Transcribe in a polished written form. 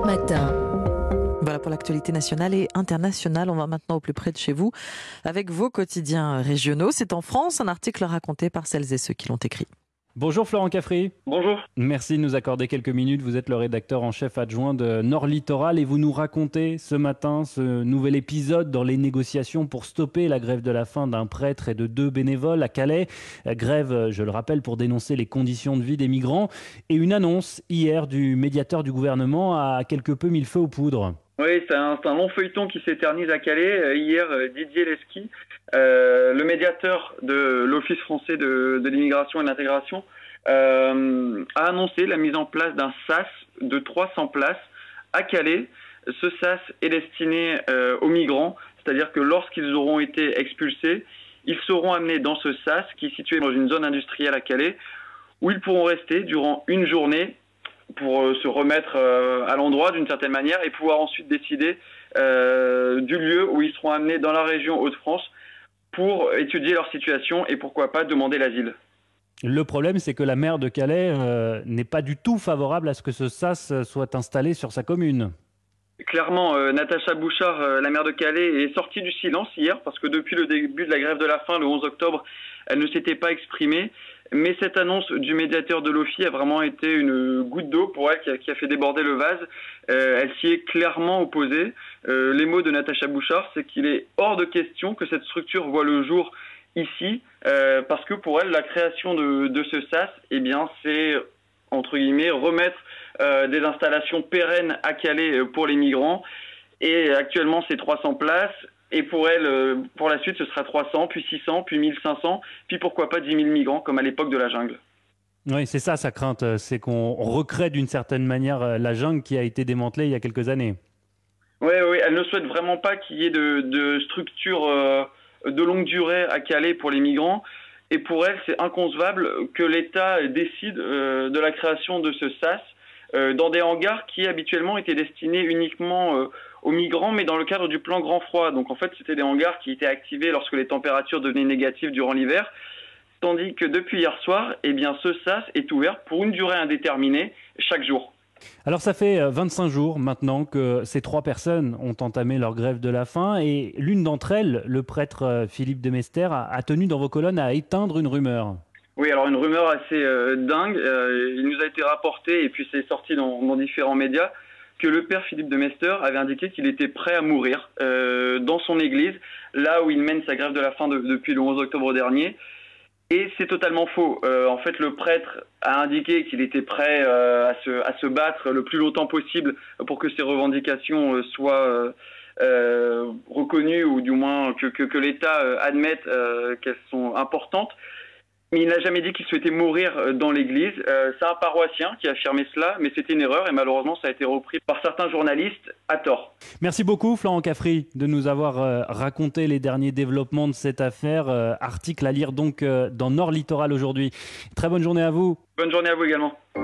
Matin. Voilà pour l'actualité nationale et internationale. On va maintenant au plus près de chez vous avec vos quotidiens régionaux. C'est en France, un article raconté par celles et ceux qui l'ont écrit. Bonjour Florent Caffry. Bonjour. Merci de nous accorder quelques minutes. Vous êtes le rédacteur en chef adjoint de Nord Littoral et vous nous racontez ce matin ce nouvel épisode dans les négociations pour stopper la grève de la faim d'un prêtre et de 2 bénévoles à Calais. Grève, je le rappelle, pour dénoncer les conditions de vie des migrants. Et une annonce hier du médiateur du gouvernement a quelque peu mis le feu aux poudres. Oui, c'est un long feuilleton qui s'éternise à Calais. Hier, Didier Leschi, le médiateur de l'Office français de l'immigration et de l'intégration, a annoncé la mise en place d'un SAS de 300 places à Calais. Ce SAS est destiné aux migrants, c'est-à-dire que lorsqu'ils auront été expulsés, ils seront amenés dans ce SAS qui est situé dans une zone industrielle à Calais, où ils pourront rester durant une journée pour se remettre à l'endroit d'une certaine manière et pouvoir ensuite décider du lieu où ils seront amenés dans la région Hauts-de-France pour étudier leur situation et pourquoi pas demander l'asile. Le problème, c'est que la maire de Calais n'est pas du tout favorable à ce que ce SAS soit installé sur sa commune. Clairement, Natacha Bouchard, la maire de Calais, est sortie du silence hier parce que depuis le début de la grève de la faim, le 11 octobre, elle ne s'était pas exprimée. Mais cette annonce du médiateur de l'OFI a vraiment été une goutte d'eau pour elle qui a fait déborder le vase. Elle s'y est clairement opposée. Les mots de Natacha Bouchard, c'est qu'il est hors de question que cette structure voit le jour ici, parce que pour elle, la création de ce SAS, eh bien, c'est, entre guillemets, remettre des installations pérennes à Calais pour les migrants. Et actuellement, c'est 300 places. Et pour elle, pour la suite, ce sera 300, puis 600, puis 1500, puis pourquoi pas 10 000 migrants, comme à l'époque de la jungle. Oui, c'est ça sa crainte, c'est qu'on recrée d'une certaine manière la jungle qui a été démantelée il y a quelques années. Oui, elle ne souhaite vraiment pas qu'il y ait de structures de longue durée à Calais pour les migrants. Et pour elle, c'est inconcevable que l'État décide de la création de ce SAS dans des hangars qui habituellement étaient destinés uniquement aux migrants, mais dans le cadre du plan Grand Froid. Donc en fait, c'était des hangars qui étaient activés lorsque les températures devenaient négatives durant l'hiver, tandis que depuis hier soir, eh bien, ce SAS est ouvert pour une durée indéterminée chaque jour. Alors ça fait 25 jours maintenant que ces 3 personnes ont entamé leur grève de la faim et l'une d'entre elles, le prêtre Philippe de Mester, a tenu dans vos colonnes à éteindre une rumeur. Oui, alors une rumeur assez dingue. Il nous a été rapporté, et puis c'est sorti dans différents médias, que le père Philippe de Mester avait indiqué qu'il était prêt à mourir dans son église, là où il mène sa grève de la faim depuis le 11 octobre dernier. Et c'est totalement faux. En fait, le prêtre a indiqué qu'il était prêt à se battre le plus longtemps possible pour que ses revendications soient reconnues, ou du moins que l'État admette qu'elles sont importantes. Mais il n'a jamais dit qu'il souhaitait mourir dans l'église. C'est un paroissien qui a affirmé cela, mais c'était une erreur et malheureusement ça a été repris par certains journalistes à tort. Merci beaucoup Florent Caffry de nous avoir raconté les derniers développements de cette affaire. Article à lire donc dans Nord Littoral aujourd'hui. Très bonne journée à vous. Bonne journée à vous également.